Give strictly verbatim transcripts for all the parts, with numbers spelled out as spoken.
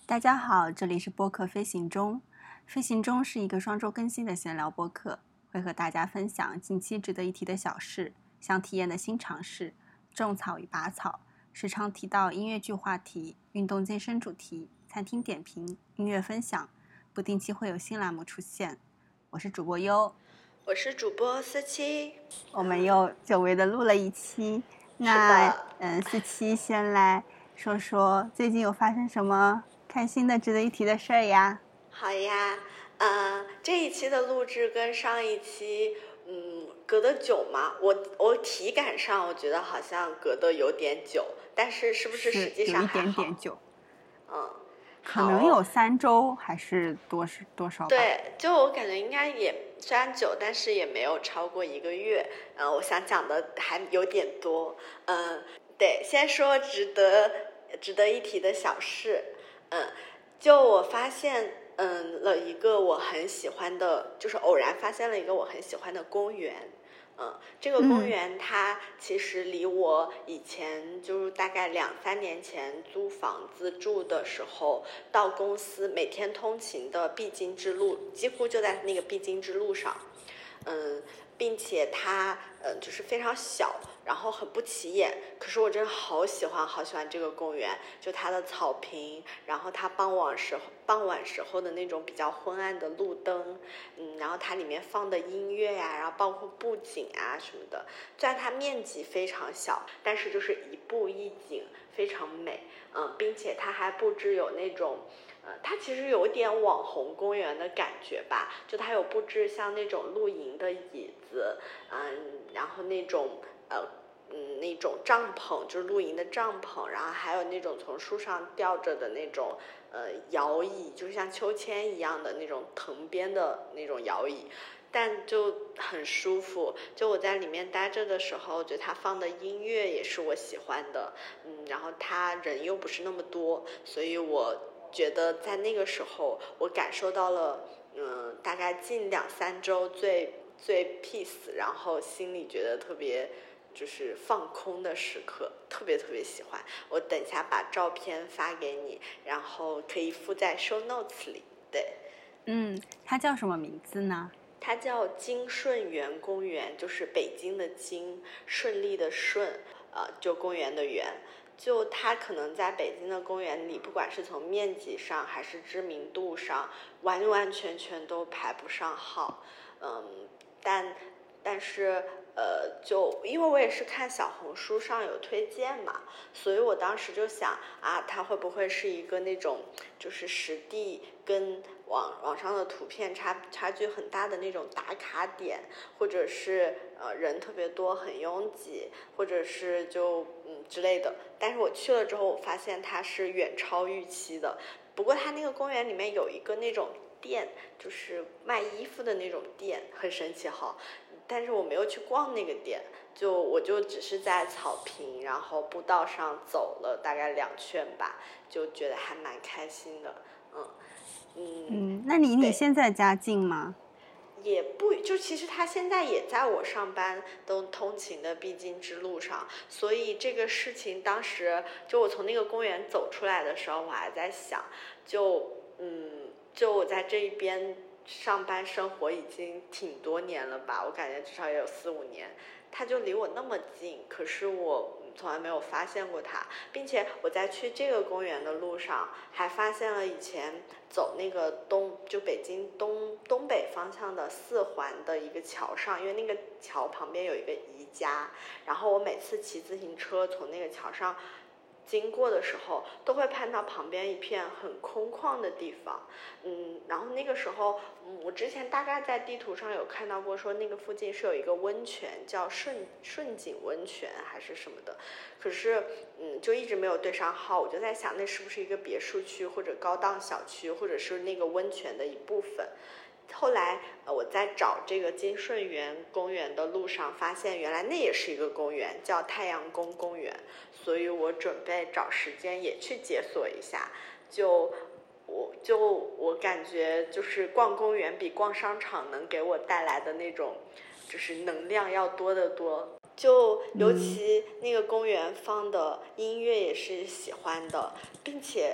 大家好，这里是播客飞行中。飞行中是一个双周更新的闲聊播客，会和大家分享近期值得一提的小事，想体验的新尝试，种草与拔草，时常提到音乐剧话题、运动健身主题、餐厅点评、音乐分享，不定期会有新栏目出现。我是主播优， 我是主播思琪， 我们又久违的录了一期。那嗯，思琪先来说说最近有发生什么开心的值得一提的事儿呀？ 好呀，呃，这一期的录制跟上一期，嗯，隔得久吗？我我体感上我觉得好像隔得有点久，但是是不是实际上还好？ 有一点点久， 嗯， 可能有三周还是多是多少吧？ 对，就我感觉应该也虽然久，但是也没有超过一个月。嗯、呃，我想讲的还有点多。嗯、呃，对，先说值得值得一提的小事。嗯，就我发现，嗯，了一个我很喜欢的，就是偶然发现了一个我很喜欢的公园。嗯，这个公园它其实离我以前就是大概两三年前租房子住的时候，到公司每天通勤的必经之路，几乎就在那个必经之路上。嗯，并且它嗯就是非常小，然后很不起眼，可是我真的好喜欢好喜欢这个公园，就它的草坪，然后它傍晚时候傍晚时候的那种比较昏暗的路灯，嗯，然后它里面放的音乐呀、啊，然后包括布景啊什么的，虽然它面积非常小，但是就是一步一景非常美，嗯，并且它还布置有那种。呃，它其实有点网红公园的感觉吧，就它有布置像那种露营的椅子，嗯，然后那种呃嗯那种帐篷，就是露营的帐篷，然后还有那种从树上吊着的那种呃摇椅，就像秋千一样的那种藤编的那种摇椅。但就很舒服，就我在里面待着的时候，我觉得他放的音乐也是我喜欢的，嗯，然后他人又不是那么多，所以我觉得在那个时候，我感受到了，嗯，大概近两三周最最 peace， 然后心里觉得特别就是放空的时刻，特别特别喜欢。我等一下把照片发给你，然后可以附在 show notes 里。对， 嗯，它叫什么名字呢？ 它叫金顺园公园，就是北京的金，顺利的顺，呃，就公园的园。就它可能在北京的公园里，不管是从面积上还是知名度上，完完全全都排不上号。嗯，但但是呃，就因为我也是看小红书上有推荐嘛，所以我当时就想啊，它会不会是一个那种就是实地跟网网上的图片差差距很大的那种打卡点，或者是呃人特别多很拥挤，或者是就嗯之类的。但是我去了之后，我发现它是远超预期的。不过它那个公园里面有一个那种店，就是卖衣服的那种店，很神奇哈。但是我没有去逛那个店，就我就只是在草坪然后步道上走了大概两圈吧，就觉得还蛮开心的。嗯嗯嗯，那离你现在家近吗？ 也不，就其实他现在也在我上班都通勤的必经之路上，所以这个事情当时就我从那个公园走出来的时候，我还在想，就嗯，就我在这一边上班生活已经挺多年了吧，我感觉至少也有四五年，他就离我那么近，可是我从来没有发现过它，并且我在去这个公园的路上还发现了以前走那个东就北京东东北方向的四环的一个桥上，因为那个桥旁边有一个宜家，然后我每次骑自行车从那个桥上经过的时候，都会看到旁边一片很空旷的地方，嗯，然后那个时候，嗯，我之前大概在地图上有看到过，说那个附近是有一个温泉，叫顺顺景温泉还是什么的，可是，嗯，就一直没有对上号。我就在想，那是不是一个别墅区或者高档小区，或者是那个温泉的一部分？后来，呃，我在找这个金顺园公园的路上，发现原来那也是一个公园，叫太阳宫公园。所以我准备找时间也去解锁一下。就我就我感觉，就是逛公园比逛商场能给我带来的那种，就是能量要多得多。就尤其那个公园放的音乐也是喜欢的，并且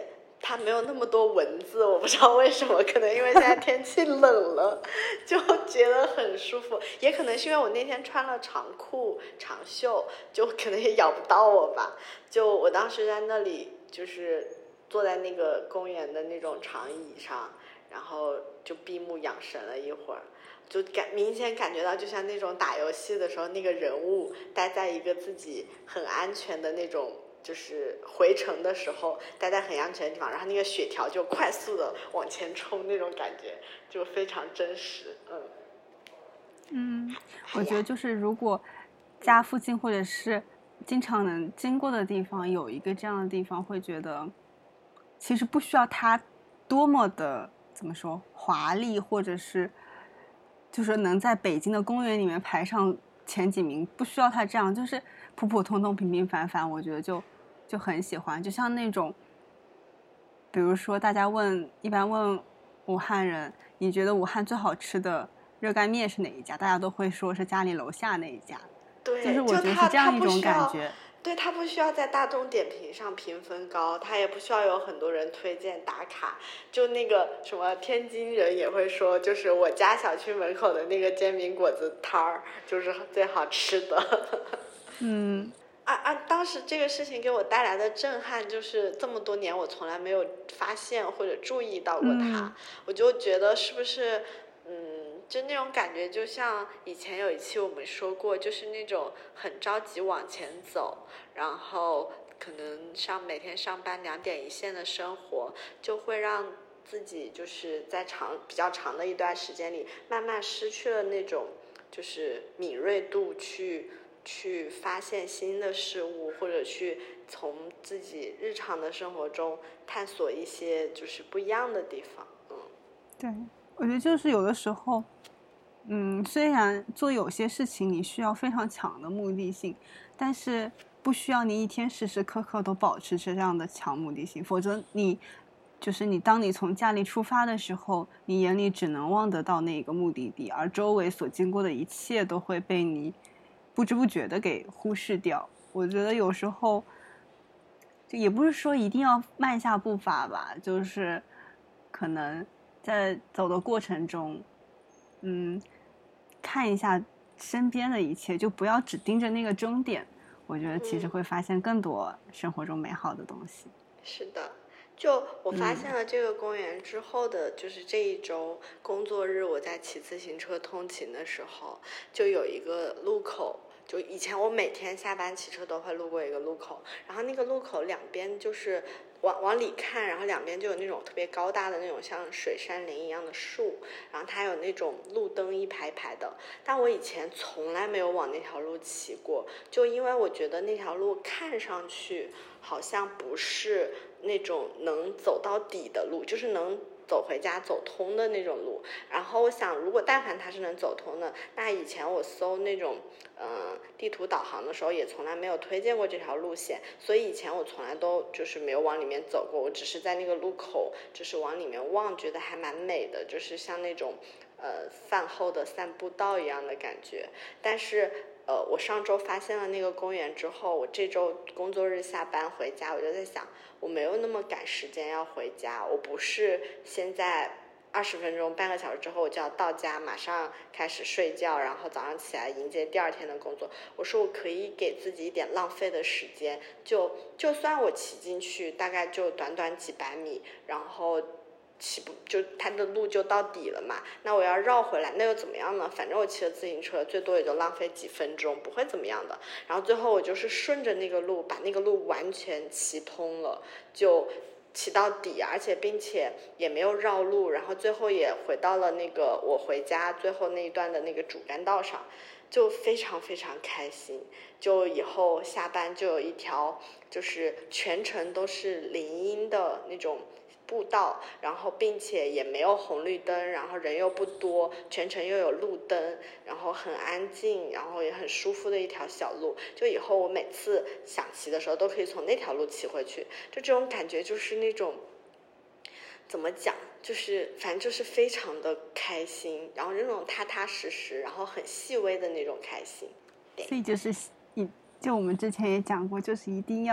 它没有那么多文字，我不知道为什么，可能因为现在天气冷了，就觉得很舒服，也可能是因为我那天穿了长裤长袖，就可能也咬不到我吧。就我当时在那里，就是坐在那个公园的那种长椅上，然后就闭目养神了一会儿，就感明显感觉到，就像那种打游戏的时候，那个人物待在一个自己很安全的那种。就是回城的时候待在很安全的地方，然后那个血条就快速的往前冲，那种感觉就非常真实。嗯嗯，我觉得就是如果家附近或者是经常能经过的地方有一个这样的地方，会觉得其实不需要它多么的怎么说华丽，或者是就是能在北京的公园里面排上前几名，不需要它这样，就是普普通通平平凡凡，我觉得就就很喜欢。就像那种比如说大家问一般问武汉人，你觉得武汉最好吃的热干面是哪一家，大家都会说是家里楼下那一家。 对， 就是我觉得是这样一种感觉。 对，它不需要在大众点评上评分高，它也不需要有很多人推荐打卡。就那个什么天津人也会说，就是我家小区门口的那个煎饼果子摊儿就是最好吃的。 嗯， 啊啊！当时这个事情给我带来的震撼，就是这么多年我从来没有发现或者注意到过它， 嗯、 我就觉得是不是，嗯，就那种感觉，就像以前有一期我们说过，就是那种很着急往前走，然后可能上每天上班两点一线的生活，就会让自己就是在长比较长的一段时间里，慢慢失去了那种就是敏锐度去。去发现新的事物，或者去从自己日常的生活中探索一些就是不一样的地方。嗯， 对，我觉得就是有的时候，嗯，虽然做有些事情你需要非常强的目的性，但是不需要你一天时时刻刻都保持着这样的强目的性，否则你就是你当你从家里出发的时候，你眼里只能望得到那个目的地，而周围所经过的一切都会被你不知不觉的给忽视掉。我觉得有时候就也不是说一定要慢下步伐吧，就是可能在走的过程中，嗯，看一下身边的一切，就不要只盯着那个终点。我觉得其实会发现更多生活中美好的东西。 是的。就我发现了这个公园之后的，就是这一周工作日，我在骑自行车通勤的时候，就有一个路口，就以前我每天下班骑车都会路过一个路口，然后那个路口两边就是往往里看，然后两边就有那种特别高大的那种像水杉林一样的树，然后它有那种路灯一排排的，但我以前从来没有往那条路骑过，就因为我觉得那条路看上去好像不是那种能走到底的路，就是能走回家走通的那种路。然后我想，如果但凡它是能走通的，那以前我搜那种呃地图导航的时候，也从来没有推荐过这条路线，所以以前我从来都就是没有往里面走过，我只是在那个路口就是往里面望，觉得还蛮美的，就是像那种呃饭后的散步道一样的感觉。但是呃，我上周发现了那个公园之后，我这周工作日下班回家，我就在想，我没有那么赶时间要回家，我不是现在二十分钟半个小时之后我就要到家，马上开始睡觉，然后早上起来迎接第二天的工作。我说我可以给自己一点浪费的时间，就就算我骑进去大概就短短几百米，然后骑不就它的路就到底了嘛，那我要绕回来，那又怎么样呢？反正我骑了自行车最多也就浪费几分钟，不会怎么样的。然后最后我就是顺着那个路把那个路完全骑通了，就骑到底，而且并且也没有绕路，然后最后也回到了那个我回家最后那一段的那个主干道上，就非常非常开心。就以后下班就有一条就是全程都是林荫的那种步道，然后并且也没有红绿灯，然后人又不多，全程又有路灯，然后很安静，然后也很舒服的一条小路。就以后我每次想骑的时候都可以从那条路骑回去，就这种感觉就是那种怎么讲，就是反正就是非常的开心，然后那种踏踏实实，然后很细微的那种开心。 所以就是一就我们之前也讲过，就是一定要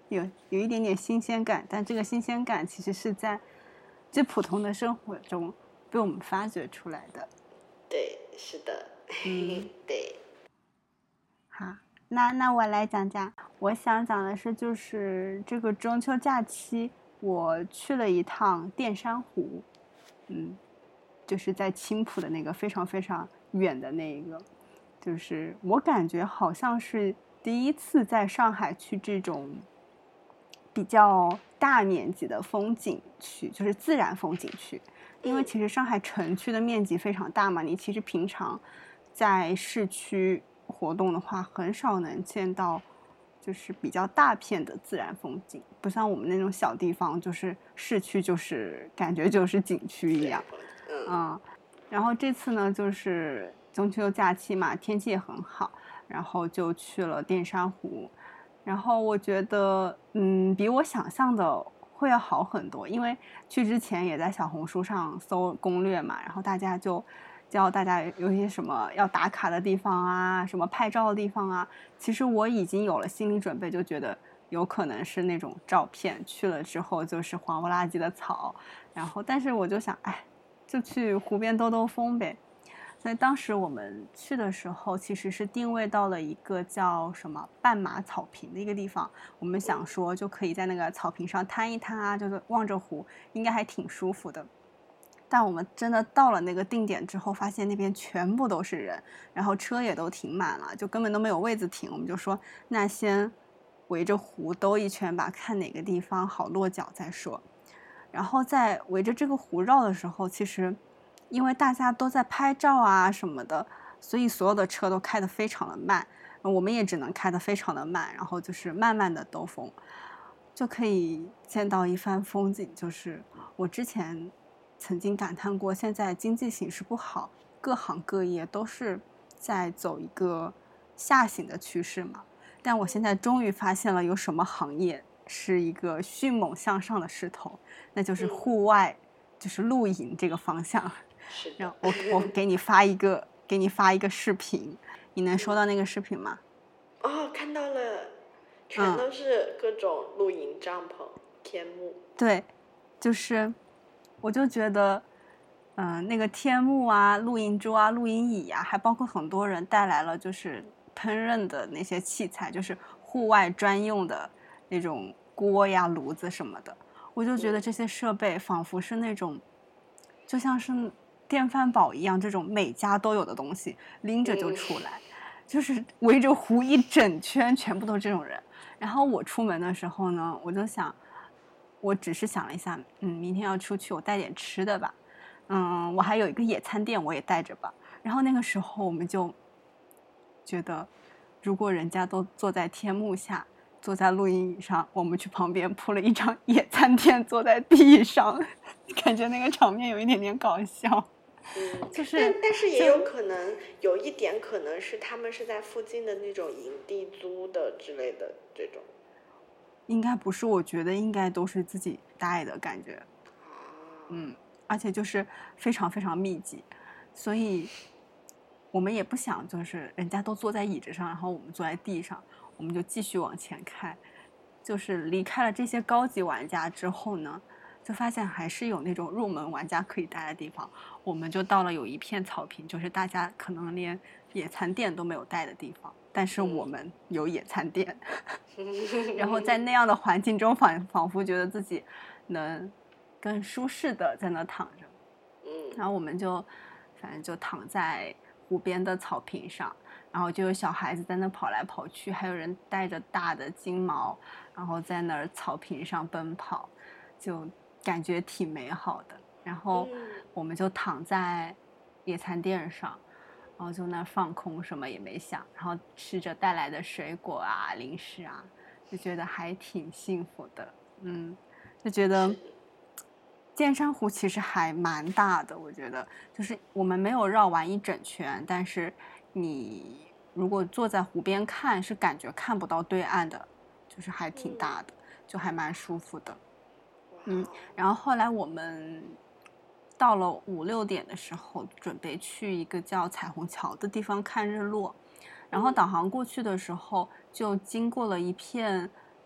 有有一点点新鲜感，但这个新鲜感其实是在最普通的生活中被我们发掘出来的。 对，是的，嗯，对。 好，那那我来讲讲，我想讲的是，就是这个中秋假期，我去了一趟淀山湖，嗯，就是在青浦的那个非常非常远的那一个，就是我感觉好像是第一次在上海去这种比较大面积的风景区，就是自然风景区。因为其实上海城区的面积非常大嘛，你其实平常在市区活动的话，很少能见到就是比较大片的自然风景，不像我们那种小地方，就是市区就是感觉就是景区一样。嗯，然后这次呢，就是中秋假期嘛，天气也很好，然后就去了淀山湖。然后我觉得，嗯，比我想象的会要好很多，因为去之前也在小红书上搜攻略嘛，然后大家就教大家有一些什么要打卡的地方啊，什么拍照的地方啊。其实我已经有了心理准备，就觉得有可能是那种照片，去了之后就是黄不拉几的草，然后但是我就想，哎，就去湖边兜兜风呗。所以当时我们去的时候，其实是定位到了一个叫什么半马草坪的一个地方。我们想说就可以在那个草坪上摊一摊啊，就是望着湖，应该还挺舒服的。但我们真的到了那个定点之后，发现那边全部都是人，然后车也都停满了，就根本都没有位子停。我们就说，那先围着湖兜一圈吧，看哪个地方好落脚再说。然后在围着这个湖绕的时候，其实因为大家都在拍照啊什么的，所以所有的车都开得非常的慢，我们也只能开得非常的慢，然后就是慢慢的兜风，就可以见到一番风景。就是我之前曾经感叹过，现在经济形势不好，各行各业都是在走一个下行的趋势嘛，但我现在终于发现了有什么行业是一个迅猛向上的势头，那就是户外，就是露营这个方向。然后我我给你发一个给你发一个视频，你能收到那个视频吗？ 哦，看到了，全都是各种露营帐篷、天幕。 对，就是我就觉得，嗯、呃，那个天幕啊、露营桌啊、露营椅啊，还包括很多人带来了就是烹饪的那些器材，就是户外专用的那种锅呀、炉子什么的。我就觉得这些设备仿佛是那种，就像是电饭煲一样，这种每家都有的东西，拎着就出来，就是围着湖一整圈，全部都是这种人。然后我出门的时候呢，我就想，我只是想了一下，嗯，明天要出去，我带点吃的吧，嗯，我还有一个野餐垫，我也带着吧。然后那个时候我们就觉得，如果人家都坐在天幕下，坐在露营椅上，我们去旁边铺了一张野餐垫，坐在地上，感觉那个场面有一点点搞笑。 嗯， 就是但但是也有可能有一点可能是他们是在附近的那种营地租的之类的这种， 应该不是，我觉得应该都是自己带的感觉。嗯，而且就是非常非常密集，所以我们也不想就是人家都坐在椅子上，然后我们坐在地上，我们就继续往前开。就是离开了这些高级玩家之后呢，就发现还是有那种入门玩家可以待的地方。我们就到了有一片草坪，就是大家可能连野餐垫都没有带的地方，但是我们有野餐垫，然后在那样的环境中仿仿佛觉得自己能更舒适的在那躺着。然后我们就反正就躺在湖边的草坪上，然后就有小孩子在那跑来跑去，还有人带着大的金毛，然后在那儿草坪上奔跑，就感觉挺美好的。然后我们就躺在野餐垫上，然后就那放空，什么也没想，然后吃着带来的水果啊、零食啊，就觉得还挺幸福的。嗯，就觉得淀山湖其实还蛮大的，我觉得就是我们没有绕完一整圈，但是你如果坐在湖边看，是感觉看不到对岸的，就是还挺大的，就还蛮舒服的。嗯，然后后来我们到了五六点的时候，准备去一个叫彩虹桥的地方看日落。然后导航过去的时候，就经过了一片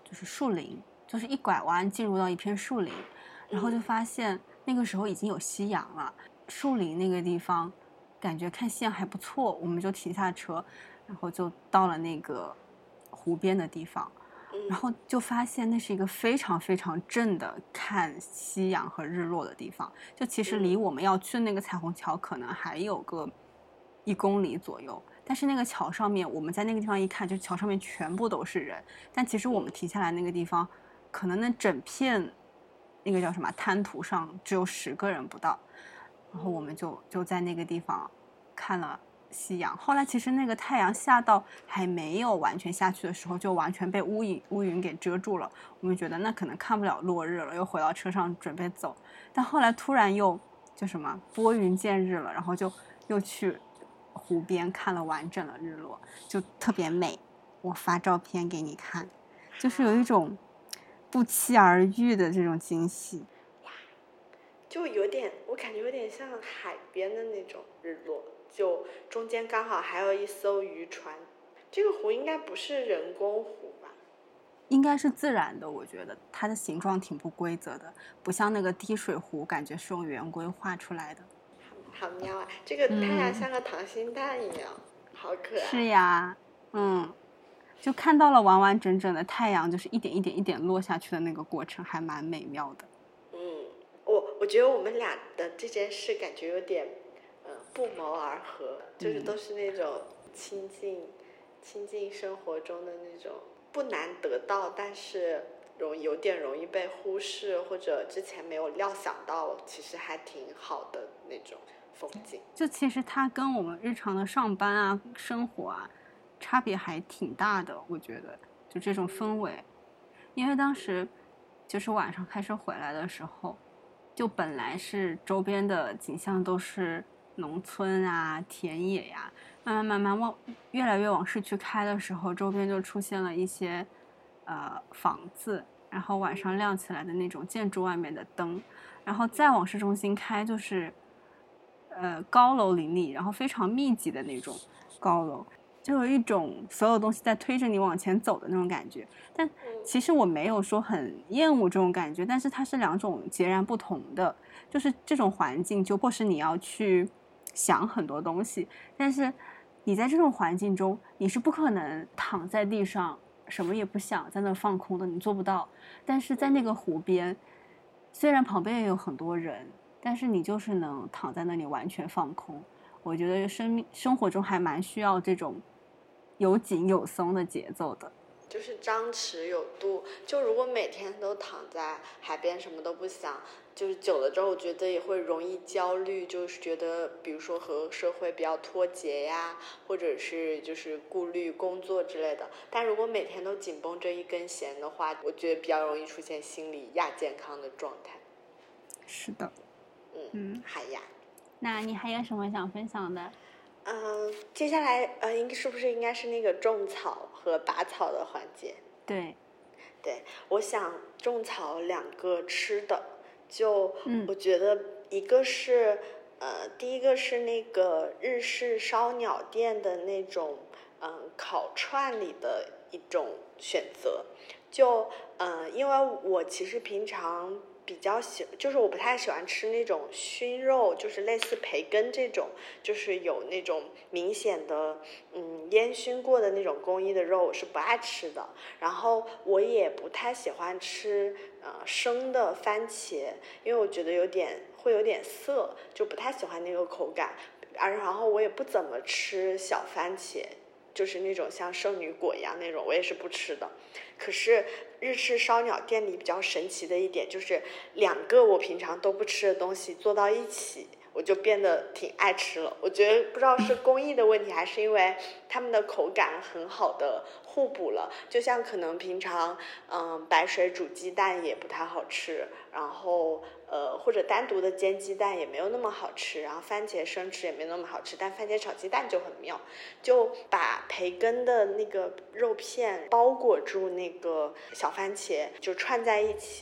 就是树林，就是一拐弯进入到一片树林，然后就发现那个时候已经有夕阳了。树林那个地方感觉看夕阳还不错，我们就停下车，然后就到了那个湖边的地方，然后就发现那是一个非常非常正的看夕阳和日落的地方，就其实离我们要去的那个彩虹桥可能还有个一公里左右，但是那个桥上面，我们在那个地方一看，就桥上面全部都是人，但其实我们停下来那个地方，可能那整片那个叫什么滩涂上只有十个人不到，然后我们就就在那个地方看了夕阳。后来其实那个太阳下到还没有完全下去的时候，就完全被乌云乌云给遮住了，我们觉得那可能看不了落日了，又回到车上准备走，但后来突然又就什么拨云见日了，然后就又去湖边看了完整的日落，就特别美。我发照片给你看，就是有一种不期而遇的这种惊喜。 就有点，我感觉有点像海边的那种日落，就中间刚好还有一艘渔船。这个湖应该不是人工湖吧？ 应该是自然的，我觉得它的形状挺不规则的，不像那个滴水湖，感觉是用圆规画出来的。 好妙啊！这个太阳像个溏心蛋一样，嗯、好可爱。 是呀，嗯，就看到了完完整整的太阳，就是一点一点一点落下去的那个过程，还蛮美妙的。 嗯，我我觉得我们俩的这件事感觉有点，呃，不谋而合，就是都是那种亲近、嗯、亲近生活中的那种不难得到，但是容有点容易被忽视，或者之前没有料想到，其实还挺好的那种风景。 就其实它跟我们日常的上班啊、生活啊，差别还挺大的，我觉得就这种氛围。因为当时就是晚上开车回来的时候，就本来是周边的景象都是农村啊、田野呀、啊，慢慢慢慢往越来越往市区开的时候，周边就出现了一些呃房子，然后晚上亮起来的那种建筑外面的灯，然后再往市中心开就是呃高楼林立，然后非常密集的那种高楼。就有一种所有东西在推着你往前走的那种感觉，但其实我没有说很厌恶这种感觉，但是它是两种截然不同的。就是这种环境就迫使你要去想很多东西，但是你在这种环境中你是不可能躺在地上什么也不想在那放空的，你做不到。但是在那个湖边，虽然旁边也有很多人，但是你就是能躺在那里完全放空。我觉得生命生活中还蛮需要这种有紧有松的节奏的， 就是张弛有度。就如果每天都躺在海边什么都不想，就是久了之后我觉得也会容易焦虑，就是觉得比如说和社会比较脱节呀，或者是就是顾虑工作之类的。但如果每天都紧绷着一根弦的话，我觉得比较容易出现心理亚健康的状态。 是的。 嗯嗯，好呀。 那你还有什么想分享的？ 嗯、呃，接下来呃，应是不是应该是那个种草和拔草的环节？ 对， 对，我想种草两个吃的，就、嗯、我觉得一个是呃，第一个是那个日式烧鸟店的那种嗯、呃、烤串里的一种选择，就呃，因为我其实平常比较喜，就是我不太喜欢吃那种熏肉，就是类似培根这种，就是有那种明显的嗯烟熏过的那种工艺的肉，我是不爱吃的。然后我也不太喜欢吃呃生的番茄，因为我觉得有点会有点涩，就不太喜欢那个口感。啊，然后我也不怎么吃小番茄，就是那种像圣女果一样那种，我也是不吃的。可是日式烧鸟店里比较神奇的一点就是两个我平常都不吃的东西做到一起，我就变得挺爱吃了。我觉得不知道是工艺的问题，还是因为他们的口感很好的互补了。就像可能平常嗯白水煮鸡蛋也不太好吃，然后呃或者单独的煎鸡蛋也没有那么好吃，然后番茄生吃也没有那么好吃，但番茄炒鸡蛋就很妙，就把培根的那个肉片包裹住那个小番茄，就串在一起，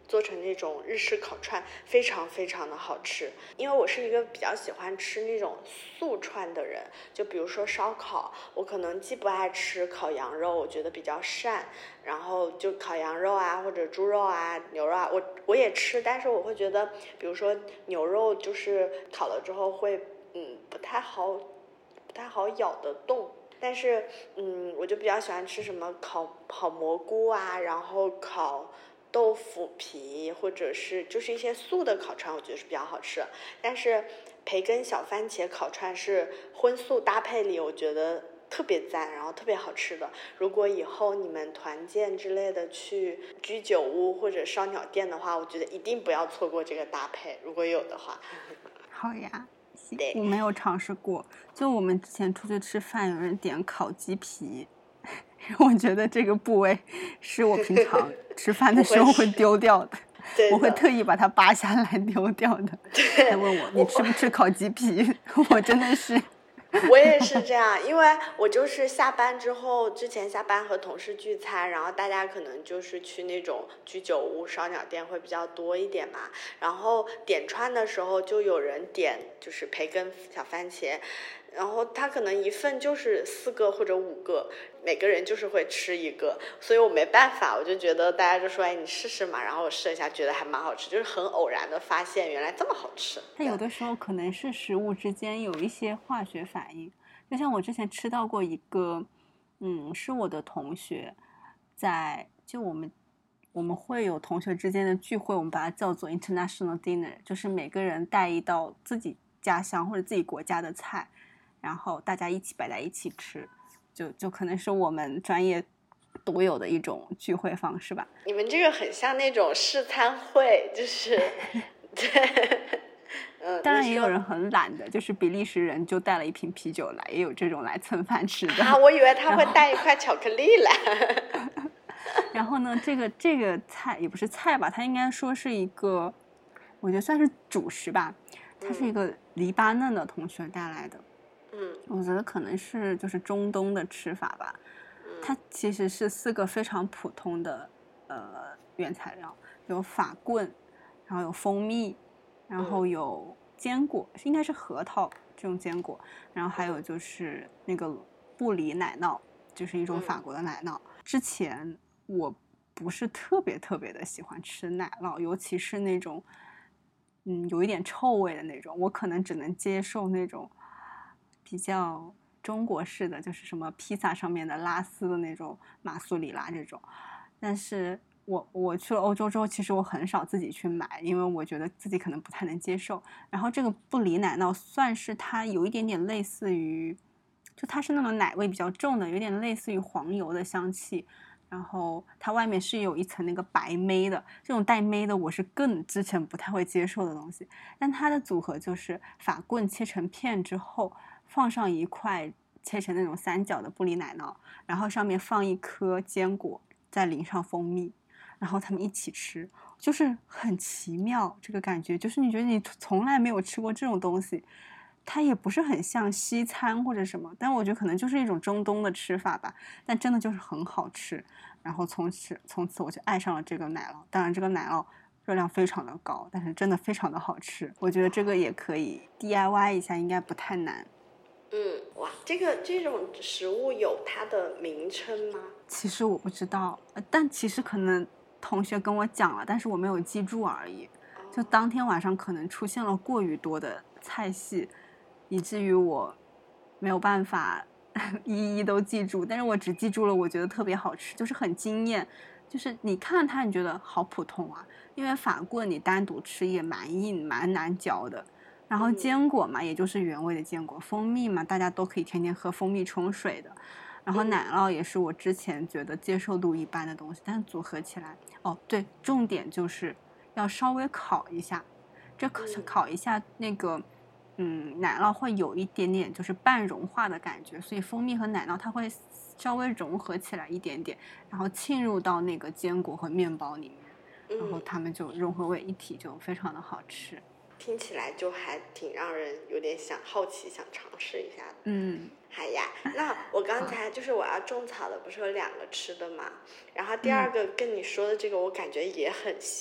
做成那种日式烤串，非常非常的好吃。因为我是一个比较喜欢吃那种素串的人，就比如说烧烤，我可能既不爱吃烤羊肉，我觉得比较膻，然后就烤羊肉啊或者猪肉啊牛肉啊，我我也吃，但是我会觉得比如说牛肉就是烤了之后会嗯不太好不太好咬得动。但是嗯我就比较喜欢吃什么烤烤蘑菇啊，然后烤豆腐皮，或者是就是一些素的烤串，我觉得是比较好吃的。但是培根小番茄烤串是荤素搭配里我觉得特别赞，然后特别好吃的。如果以后你们团建之类的去居酒屋或者烧鸟店的话，我觉得一定不要错过这个搭配，如果有的话。 好呀， 对， 我没有尝试过。就我们之前出去吃饭，有人点烤鸡皮，我觉得这个部位是我平常吃饭的时候会丢掉的， 的我会特意把它扒下来丢掉的。 对， 他问我你吃不吃烤鸡皮，我真的是。 我也是这样，因为我就是下班之后，之前下班和同事聚餐，然后大家可能就是去那种居酒屋、烧鸟店会比较多一点嘛。然后点串的时候，就有人点就是培根小番茄，然后他可能一份就是四个或者五个，每个人就是会吃一个，所以我没办法，我就觉得大家就说，哎，你试试嘛，然后我试一下，觉得还蛮好吃，就是很偶然的发现原来这么好吃。 它有的时候可能是食物之间有一些化学反应，就像我之前吃到过一个，嗯，是我的同学在就我们我们会有同学之间的聚会，我们把它叫做 international dinner， 就是每个人带一道自己家乡或者自己国家的菜，然后大家一起摆在一起吃，就就可能是我们专业独有的一种聚会方式吧。 你们这个很像那种试餐会，就是对，嗯， 当然也有人很懒的，就是比利时人就带了一瓶啤酒来，也有这种来蹭饭吃的。 啊，我以为他会带一块巧克力来。 然后呢，这个这个菜也不是菜吧，它应该说是一个，我觉得算是主食吧。它是一个黎巴嫩的同学带来的， 嗯， 我觉得可能是就是中东的吃法吧。它其实是四个非常普通的呃原材料，有法棍，然后有蜂蜜，然后有坚果，应该是核桃这种坚果，然后还有就是那个布里奶酪，就是一种法国的奶酪。之前我不是特别特别的喜欢吃奶酪，尤其是那种嗯有一点臭味的那种，我可能只能接受那种比较中国式的，就是什么披萨上面的拉丝的那种马苏里拉这种。但是我我去了欧洲之后，其实我很少自己去买，因为我觉得自己可能不太能接受。然后这个布里奶酪算是它有一点点类似于，就它是那种奶味比较重的，有点类似于黄油的香气。然后它外面是有一层那个白妹的，这种带妹的我是更之前不太会接受的东西。但它的组合就是法棍切成片之后，放上一块切成那种三角的布里奶酪，然后上面放一颗坚果，再淋上蜂蜜，然后他们一起吃，就是很奇妙。这个感觉就是你觉得你从来没有吃过这种东西，它也不是很像西餐或者什么，但我觉得可能就是一种中东的吃法吧，但真的就是很好吃。然后从此从此我就爱上了这个奶酪，当然这个奶酪热量非常的高，但是真的非常的好吃。我觉得这个也可以 D I Y 一下，应该不太难。 嗯，哇，这个这种食物有它的名称吗？ 其实我不知道，但其实可能同学跟我讲了，但是我没有记住而已。就当天晚上可能出现了过于多的菜系，以至于我没有办法一一都记住，但是我只记住了我觉得特别好吃，就是很惊艳。就是你看它，你觉得好普通啊，因为法棍你单独吃也蛮硬蛮难嚼的。然后坚果嘛，也就是原味的坚果，蜂蜜嘛，大家都可以天天喝蜂蜜冲水的。然后奶酪也是我之前觉得接受度一般的东西，但是组合起来，哦对，重点就是要稍微烤一下，这烤烤一下那个，嗯，奶酪会有一点点就是半融化的感觉，所以蜂蜜和奶酪它会稍微融合起来一点点，然后浸入到那个坚果和面包里面，然后它们就融合为一体，就非常的好吃。 听起来就还挺让人有点想好奇，想尝试一下的。 嗯， 好呀，那我刚才就是我要种草的，不是有两个吃的嘛？然后第二个跟你说的这个，我感觉也很像。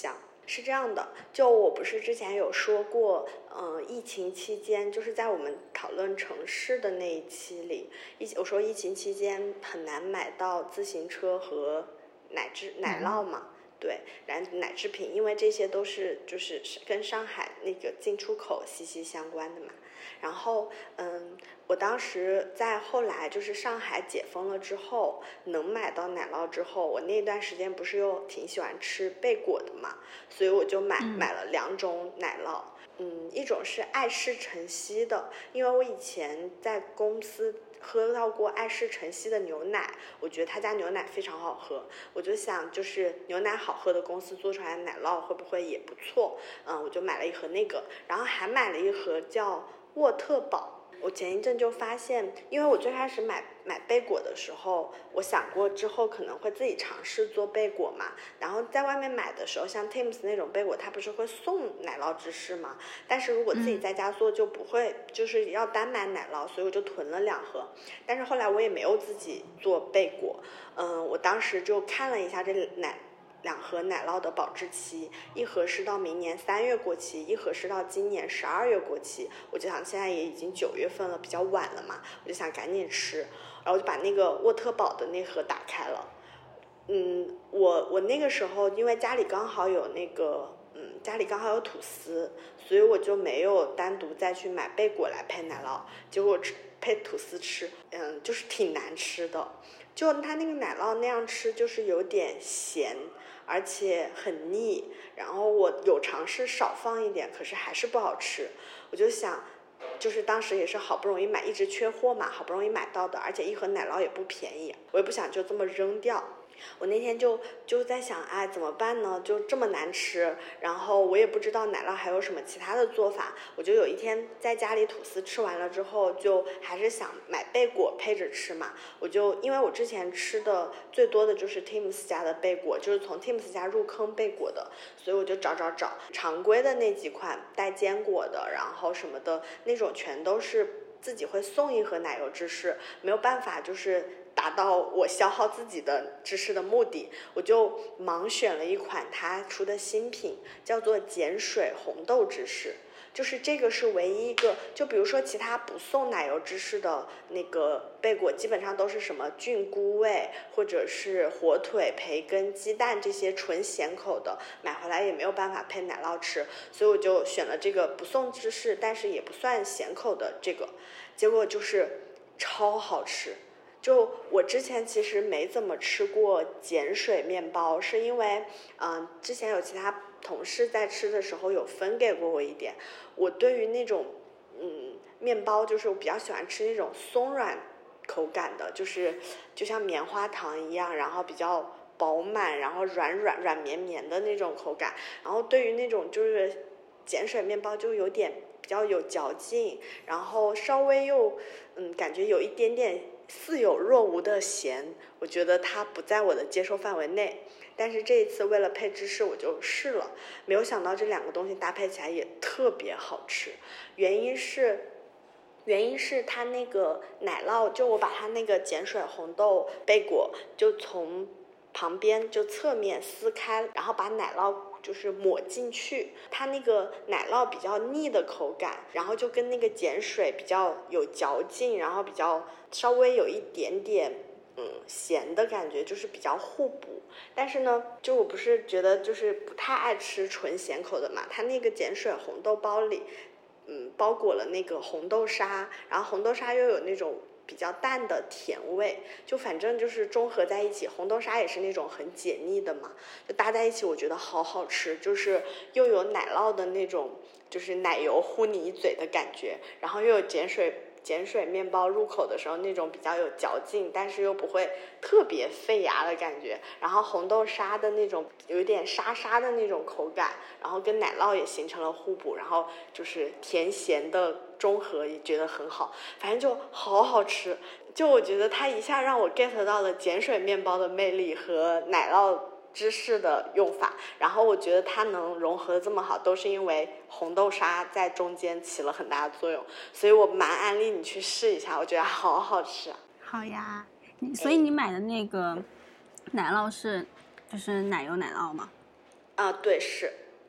是这样的，就我不是之前有说过，嗯、呃，疫情期间，就是在我们讨论城市的那一期里，疫我说疫情期间很难买到自行车和奶制奶酪嘛，对，然后奶制品，因为这些都是就是跟上海那个进出口息息相关的嘛。然后，嗯，我当时在后来就是上海解封了之后，能买到奶酪之后，我那段时间不是又挺喜欢吃贝果的嘛，所以我就买、嗯、买了两种奶酪。嗯，一种是爱氏晨曦的，因为我以前在公司喝到过爱氏晨曦的牛奶，我觉得他家牛奶非常好喝，我就想就是牛奶好喝的公司做出来的奶酪会不会也不错，嗯，我就买了一盒那个，然后还买了一盒叫沃特宝。我前一阵就发现，因为我最开始买买贝果的时候，我想过之后可能会自己尝试做贝果嘛，然后在外面买的时候，像 Tim's 那种贝果，它不是会送奶酪芝士吗？但是如果自己在家做就不会，嗯、就是要单买奶酪，所以我就囤了两盒。但是后来我也没有自己做贝果，嗯，我当时就看了一下这奶。两盒奶酪的保质期，一盒是到明年三月过期，一盒是到今年十二月过期。我就想现在也已经九月份了，比较晚了嘛，我就想赶紧吃，然后我就把那个沃特宝的那盒打开了。嗯，我我那个时候因为家里刚好有那个，嗯，家里刚好有吐司，所以我就没有单独再去买贝果来配奶酪，结果吃配吐司吃，嗯，就是挺难吃的。就它那个奶酪那样吃，就是有点咸。而且很腻，然后我有尝试少放一点，可是还是不好吃。我就想，就是当时也是好不容易买，一直缺货嘛，好不容易买到的，而且一盒奶酪也不便宜，我也不想就这么扔掉。我那天就就在想，哎，怎么办呢？就这么难吃，然后我也不知道奶酪还有什么其他的做法。我就有一天在家里吐司吃完了之后，就还是想买贝果配着吃嘛。我就因为我之前吃的最多的就是 Tim's 家的贝果，就是从 Tim's 家入坑贝果的，所以我就找找找常规的那几款带坚果的，然后什么的那种全都是自己会送一盒奶油芝士，没有办法就是达到我消耗自己的芝士的目的，我就盲选了一款它出的新品，叫做碱水红豆芝士。就是这个是唯一一个，就比如说其他不送奶油芝士的那个贝果，基本上都是什么菌菇味，或者是火腿、培根、鸡蛋这些纯咸口的，买回来也没有办法配奶酪吃，所以我就选了这个不送芝士，但是也不算咸口的这个，结果就是超好吃。就我之前其实没怎么吃过碱水面包，是因为嗯、呃，之前有其他同事在吃的时候有分给过我一点。我对于那种嗯面包，就是我比较喜欢吃那种松软口感的，就是就像棉花糖一样，然后比较饱满，然后软软软绵绵的那种口感。然后对于那种就是碱水面包就有点比较有嚼劲，然后稍微又嗯感觉有一点点似有若无的咸，我觉得它不在我的接受范围内。但是这一次为了配芝士我就试了，没有想到这两个东西搭配起来也特别好吃。原因是原因是它那个奶酪，就我把它那个碱水红豆贝果就从旁边就侧面撕开，然后把奶酪就是抹进去，它那个奶酪比较腻的口感，然后就跟那个碱水比较有嚼劲，然后比较稍微有一点点嗯咸的感觉，就是比较互补。但是呢，就我不是觉得就是不太爱吃纯咸口的嘛，它那个碱水红豆包里嗯包裹了那个红豆沙，然后红豆沙又有那种比较淡的甜味，就反正就是中和在一起，红豆沙也是那种很解腻的嘛，就搭在一起我觉得好好吃，就是又有奶酪的那种就是奶油糊你一嘴的感觉，然后又有碱水碱水面包入口的时候那种比较有嚼劲，但是又不会特别费牙的感觉，然后红豆沙的那种有一点沙沙的那种口感，然后跟奶酪也形成了互补，然后就是甜咸的中和也觉得很好，反正就好好吃。就我觉得它一下让我 get 到了碱水面包的魅力和奶酪芝士的用法，然后我觉得它能融合的这么好，都是因为红豆沙在中间起了很大的作用，所以我蛮安利你去试一下，我觉得好好吃。 好呀，所以你买的那个奶酪是就是奶油奶酪吗？ 啊，对，是。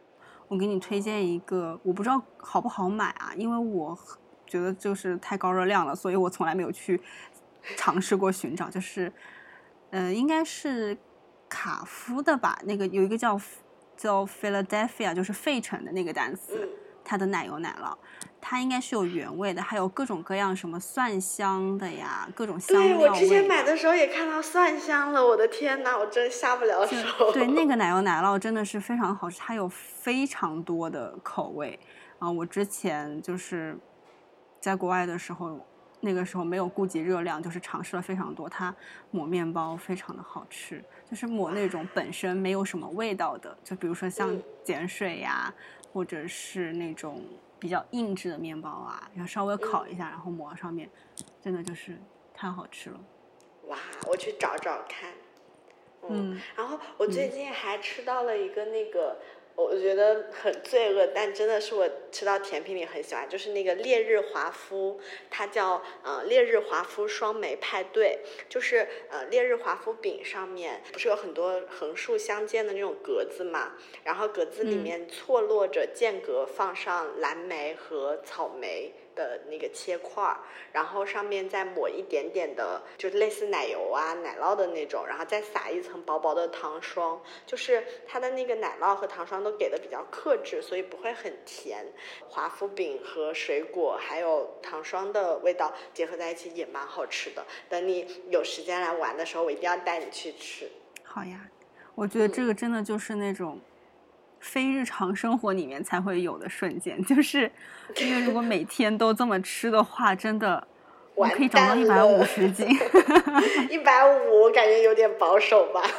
我给你推荐一个，我不知道好不好买啊，因为我觉得就是太高热量了，所以我从来没有去尝试过寻找。就是，呃，应该是卡夫的吧？那个有一个叫叫 Philadelphia， 就是费城的那个单词， 嗯、 它的奶油奶酪，它应该是有原味的，还有各种各样什么蒜香的呀，各种香料味的。 对，我之前买的时候也看到蒜香了，我的天哪，我真下不了手。 对，那个奶油奶酪真的是非常好吃，它有非常多的口味啊！我之前就是在国外的时候，那个时候没有顾及热量，就是尝试了非常多。它抹面包非常的好吃，就是抹那种本身没有什么味道的，就比如说像碱水呀，或者是那种比较硬质的面包啊，然后稍微烤一下，然后抹上面，真的就是太好吃了。 哇，我去找找看。 嗯， 然后我最近还吃到了一个那个，嗯、我觉得很罪恶，但真的是我吃到甜品里很喜欢，就是那个烈日华夫，它叫呃烈日华夫双莓派对，就是呃烈日华夫饼上面不是有很多横竖相间的那种格子嘛，然后格子里面错落着间隔放上蓝莓和草莓的那个切块，然后上面再抹一点点的，就类似奶油啊、奶酪的那种，然后再撒一层薄薄的糖霜，就是它的那个奶酪和糖霜都给的比较克制，所以不会很甜。华夫饼和水果还有糖霜的味道结合在一起也蛮好吃的。等你有时间来玩的时候，我一定要带你去吃。 好呀，我觉得这个真的就是那种。非日常生活里面才会有的瞬间，就是因为如果每天都这么吃的话，真的我可以长到一百五十斤。 一百五，我感觉有点保守吧。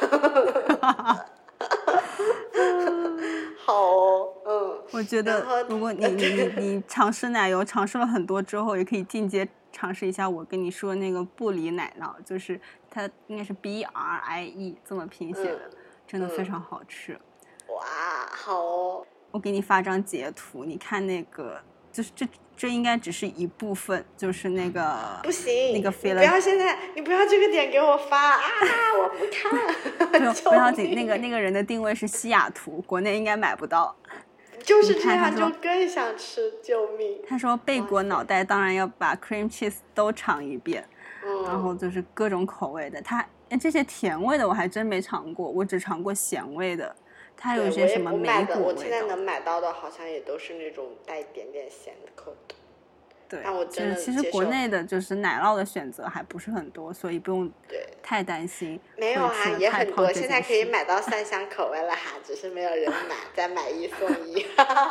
好哦，嗯， 我觉得如果你你你你尝试奶油尝试了很多之后，也可以进阶尝试一下我跟你说那个布里奶酪，就是它应该是 B R I E 这么拼写的，嗯、真的非常好吃。嗯哇，好哦！ 我给你发张截图，你看那个，就是这这应该只是一部分，就是那个不行， 那个你不要现在，你不要这个点给我发啊！我不看， 不要紧，那个那个人的定位是西雅图，国内应该买不到。 就是这样，就更想吃，救命！ 他说贝果脑袋当然要把 cream cheese 都尝一遍， 嗯、 然后就是各种口味的。他这些甜味的我还真没尝过，我只尝过咸味的。它有一些什么莓果味道， 我现在能买到的好像也都是那种带一点点咸的口的。 对， 但我真的其实国内的就是奶酪的选择还不是很多，所以不用太担心。 没有啊，也很多，现在可以买到蒜香口味了哈，只是没有人买，再买一送一。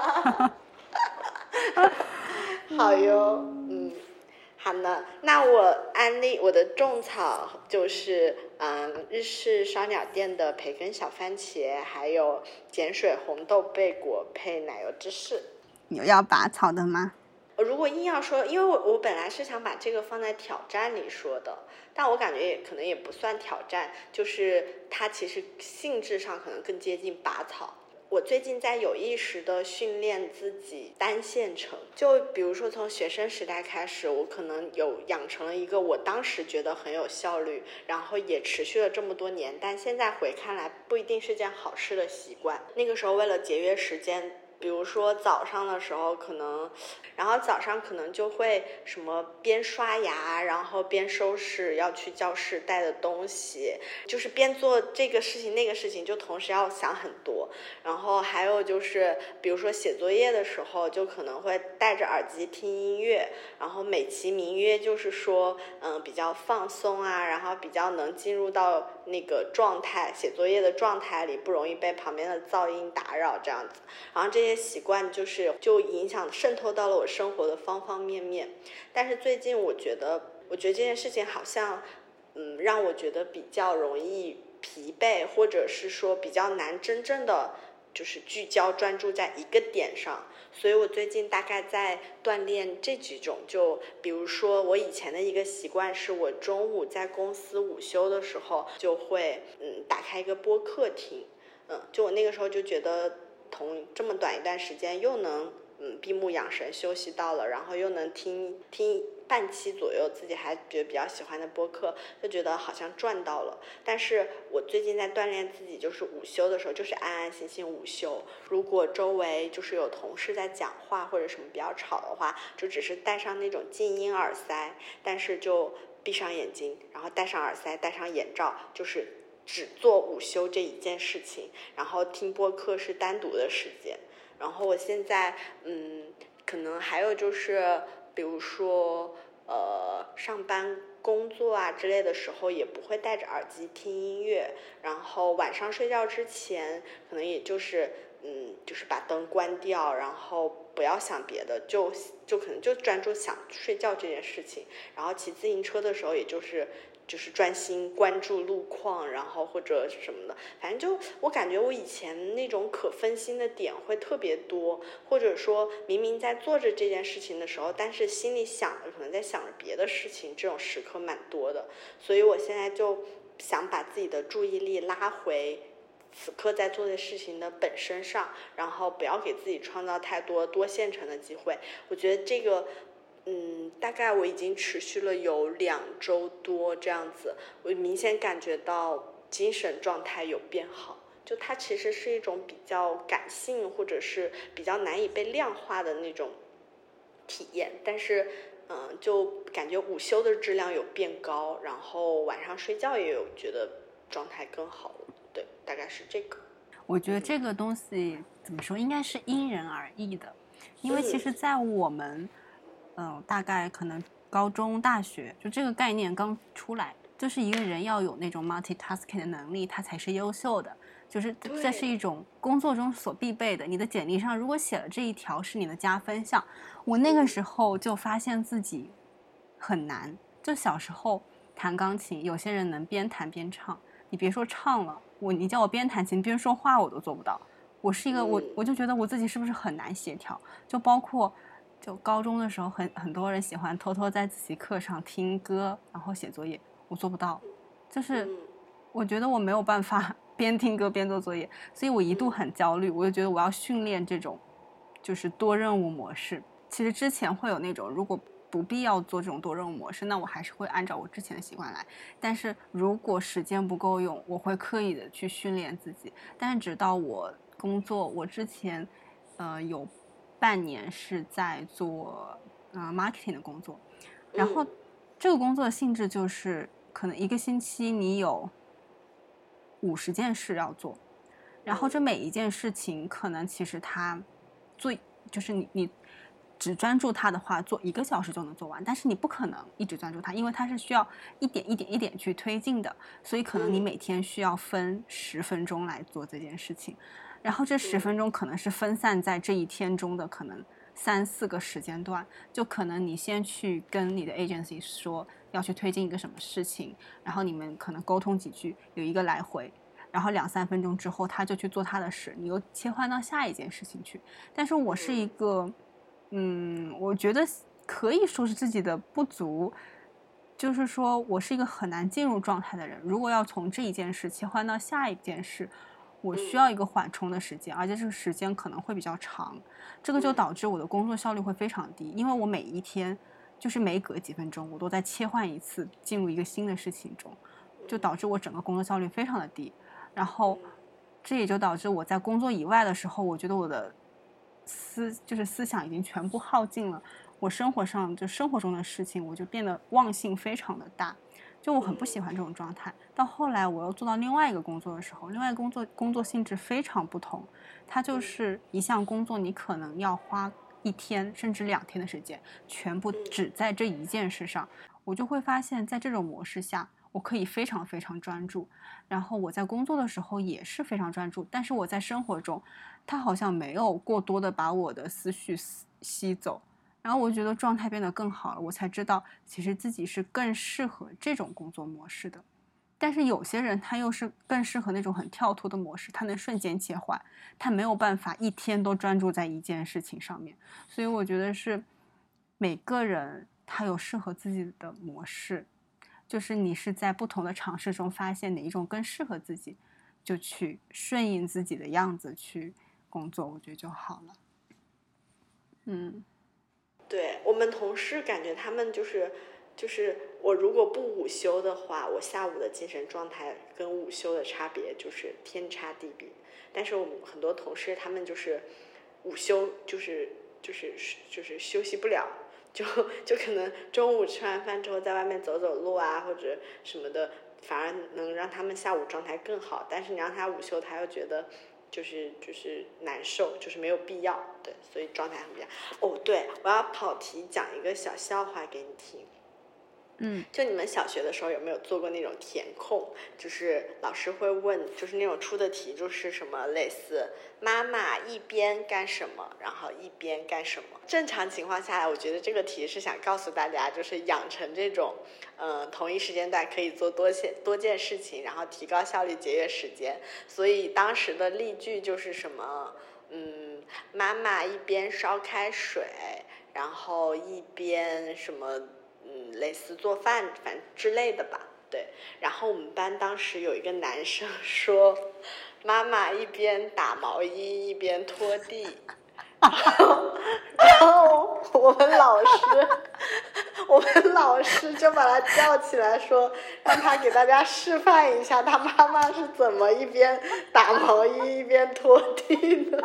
好哟，嗯。好呢，那我安利我的种草就是嗯日式烧鸟店的培根小番茄，还有碱水红豆贝果配奶油芝士。 有要拔草的吗？ 如果硬要说，因为我我本来是想把这个放在挑战里说的，但我感觉也可能也不算挑战，就是它其实性质上可能更接近拔草。我最近在有意识的训练自己单线程，就比如说从学生时代开始，我可能有养成了一个我当时觉得很有效率，然后也持续了这么多年，但现在回看来不一定是件好事的习惯。那个时候为了节约时间，比如说早上的时候可能，然后早上可能就会什么边刷牙，然后边收拾要去教室带的东西，就是边做这个事情那个事情，就同时要想很多。然后还有就是比如说写作业的时候，就可能会戴着耳机听音乐，然后美其名曰就是说嗯比较放松啊，然后比较能进入到那个状态，写作业的状态里，不容易被旁边的噪音打扰这样子。然后这些习惯就是就影响渗透到了我生活的方方面面。但是最近我觉得我觉得这件事情好像嗯让我觉得比较容易疲惫，或者是说比较难真正的就是聚焦专注在一个点上。所以我最近大概在锻炼这几种，就比如说我以前的一个习惯是我中午在公司午休的时候就会嗯打开一个播客听，嗯就我那个时候就觉得同这么短一段时间又能嗯闭目养神休息到了，然后又能听听半期左右自己还觉得比较喜欢的播客，就觉得好像赚到了。但是我最近在锻炼自己，就是午休的时候就是安安心心午休，如果周围就是有同事在讲话或者什么比较吵的话，就只是戴上那种静音耳塞，但是就闭上眼睛，然后戴上耳塞，戴上眼罩，就是只做午休这一件事情，然后听播客是单独的时间。然后我现在嗯可能还有就是比如说呃上班工作啊之类的时候也不会戴着耳机听音乐，然后晚上睡觉之前可能也就是嗯就是把灯关掉，然后不要想别的，就就可能就专注想睡觉这件事情。然后骑自行车的时候也就是就是专心关注路况，然后或者什么的，反正就我感觉我以前那种可分心的点会特别多，或者说明明在做着这件事情的时候，但是心里想着可能在想着别的事情，这种时刻蛮多的。所以我现在就想把自己的注意力拉回此刻在做的事情的本身上，然后不要给自己创造太多多线程的机会。我觉得这个嗯，大概我已经持续了有两周多这样子，我明显感觉到精神状态有变好。就它其实是一种比较感性或者是比较难以被量化的那种体验，但是嗯，就感觉午休的质量有变高，然后晚上睡觉也有觉得状态更好了。对，大概是这个。 我觉得这个东西怎么说，应该是因人而异的，因为其实在我们嗯、呃，大概可能高中大学就这个概念刚出来，就是一个人要有那种 multitasking 的能力，他才是优秀的，就是这是一种工作中所必备的。你的简历上如果写了这一条是你的加分项，我那个时候就发现自己很难。就小时候弹钢琴，有些人能边弹边唱，你别说唱了，我你叫我边弹琴边说话我都做不到。我是一个我我就觉得我自己是不是很难协调，就包括就高中的时候很很多人喜欢偷偷在自习课上听歌然后写作业，我做不到，就是我觉得我没有办法边听歌边做作业，所以我一度很焦虑，我就觉得我要训练这种就是多任务模式。其实之前会有那种如果不必要做这种多任务模式，那我还是会按照我之前的习惯来，但是如果时间不够用，我会刻意的去训练自己。但是直到我工作，我之前呃有半年是在做呃 marketing 的工作，然后这个工作的性质就是可能一个星期你有五十件事要做，然后这每一件事情可能其实它做就是你你只专注它的话，做一个小时就能做完，但是你不可能一直专注它，因为它是需要一点一点一点去推进的，所以可能你每天需要分十分钟来做这件事情，然后这十分钟可能是分散在这一天中的可能三四个时间段，就可能你先去跟你的 agency 说要去推进一个什么事情，然后你们可能沟通几句，有一个来回，然后两三分钟之后他就去做他的事，你又切换到下一件事情去。但是我是一个嗯，我觉得可以说是自己的不足，就是说我是一个很难进入状态的人，如果要从这一件事切换到下一件事，我需要一个缓冲的时间，而且这个时间可能会比较长，这个就导致我的工作效率会非常低，因为我每一天就是每隔几分钟我都在切换一次进入一个新的事情中，就导致我整个工作效率非常的低。然后这也就导致我在工作以外的时候，我觉得我的思就是思想已经全部耗尽了，我生活上就生活中的事情我就变得忘性非常的大，就我很不喜欢这种状态。到后来我又做到另外一个工作的时候，另外一个工作工作性质非常不同，它就是一项工作你可能要花一天甚至两天的时间全部只在这一件事上，我就会发现在这种模式下我可以非常非常专注，然后我在工作的时候也是非常专注，但是我在生活中它好像没有过多的把我的思绪吸走，然后我觉得状态变得更好了，我才知道其实自己是更适合这种工作模式的。但是有些人他又是更适合那种很跳脱的模式，他能瞬间切换，他没有办法一天都专注在一件事情上面。所以我觉得是每个人他有适合自己的模式，就是你是在不同的尝试中发现哪一种更适合自己，就去顺应自己的样子去工作，我觉得就好了。嗯， 对，我们同事感觉他们就是就是我如果不午休的话，我下午的精神状态跟午休的差别就是天差地别。但是我们很多同事他们就是午休就是就是就是休息不了，就就可能中午吃完饭之后在外面走走路啊或者什么的，反而能让他们下午状态更好。但是你让他午休，他又觉得就是就是难受，就是没有必要。对，所以状态很不一样。哦，对，我要跑题讲一个小笑话给你听。 嗯， 就你们小学的时候有没有做过那种填空？就是老师会问，就是那种出的题就是什么类似妈妈一边干什么，然后一边干什么。正常情况下来，我觉得这个题是想告诉大家，就是养成这种，嗯、呃，同一时间段可以做多件多件事情，然后提高效率，节约时间。所以当时的例句就是什么，嗯，妈妈一边烧开水，然后一边什么。嗯，类似做饭反正之类的吧，对。然后我们班当时有一个男生说，妈妈一边打毛衣一边拖地，然后然后我们老师，我们老师就把他叫起来说，让他给大家示范一下他妈妈是怎么一边打毛衣一边拖地的。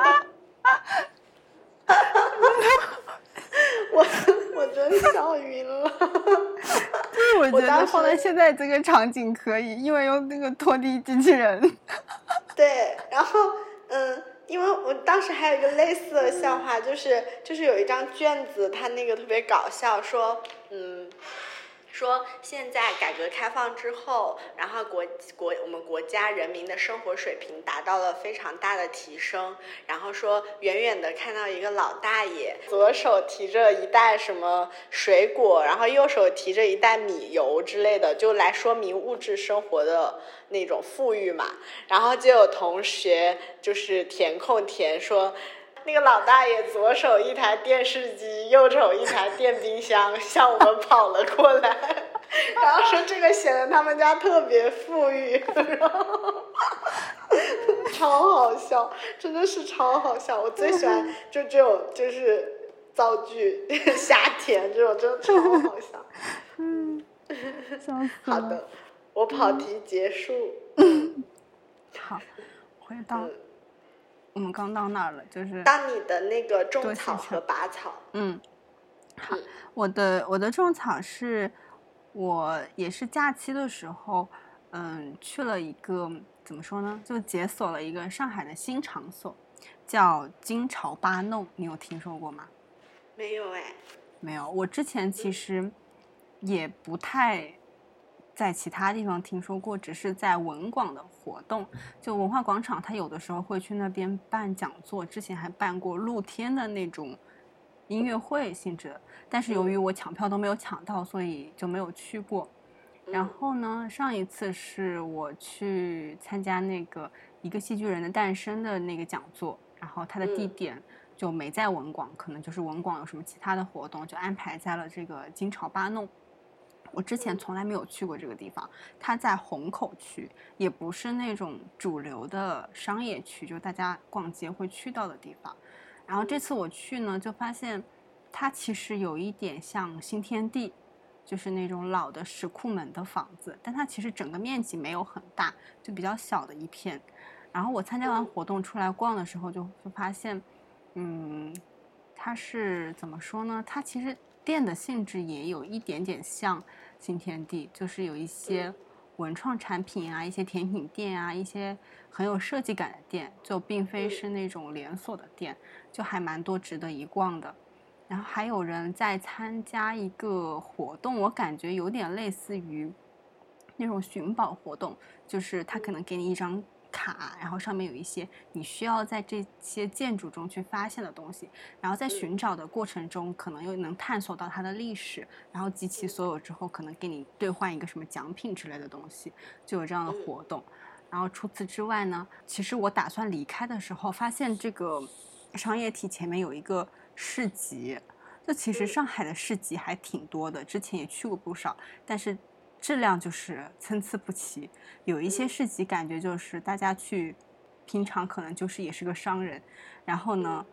我我真笑晕了。 对，我觉得放在现在这个场景可以，因为有那个拖地机器人。 对，然后嗯，因为我当时还有一个类似的笑话，就是就是有一张卷子，它那个特别搞笑，说嗯。说现在改革开放之后，然后国国我们国家人民的生活水平达到了非常大的提升，然后说远远的看到一个老大爷，左手提着一袋什么水果，然后右手提着一袋米油之类的，就来说明物质生活的那种富裕嘛。然后就有同学就是填空填说，那个老大爷左手一台电视机，右手一台电冰箱，向我们跑了过来，然后说这个显得他们家特别富裕，然后超好笑，真的是超好笑。我最喜欢就这种就是造句瞎填这种，真的超好笑。 嗯，笑死了。 好的，我跑题结束。 嗯，好，回到。 嗯， 我们刚到那儿了，就是当你的那个种草和拔草。 嗯，好，我的我的种草是，我也是假期的时候，嗯，去了一个怎么说呢，就解锁了一个上海的新场所，叫金朝八弄，你有听说过吗？ 没有哎。 没有，我之前其实也不太。在其他地方听说过，只是在文广的活动，就文化广场，他有的时候会去那边办讲座，之前还办过露天的那种音乐会性质的，但是由于我抢票都没有抢到，所以就没有去过。然后呢，上一次是我去参加那个一个戏剧人的诞生的那个讲座，然后它的地点就没在文广，可能就是文广有什么其他的活动，就安排在了这个金朝八弄。我之前从来没有去过这个地方，它在虹口区，也不是那种主流的商业区，就大家逛街会去到的地方。然后这次我去呢，就发现它其实有一点像新天地，就是那种老的石库门的房子，但它其实整个面积没有很大，就比较小的一片。然后我参加完活动出来逛的时候就，就发现，嗯，它是怎么说呢？它其实店的性质也有一点点像新天地，就是有一些文创产品啊，一些甜品店啊，一些很有设计感的店，就并非是那种连锁的店，就还蛮多值得一逛的。然后还有人在参加一个活动，我感觉有点类似于那种寻宝活动，就是他可能给你一张卡，然后上面有一些你需要在这些建筑中去发现的东西，然后在寻找的过程中可能又能探索到它的历史，然后集齐所有之后可能给你兑换一个什么奖品之类的东西，就有这样的活动。然后除此之外呢，其实我打算离开的时候发现这个商业体前面有一个市集，就其实上海的市集还挺多的，之前也去过不少，但是质量就是参差不齐。有一些市集感觉就是大家去平常可能就是也是个商人，然后呢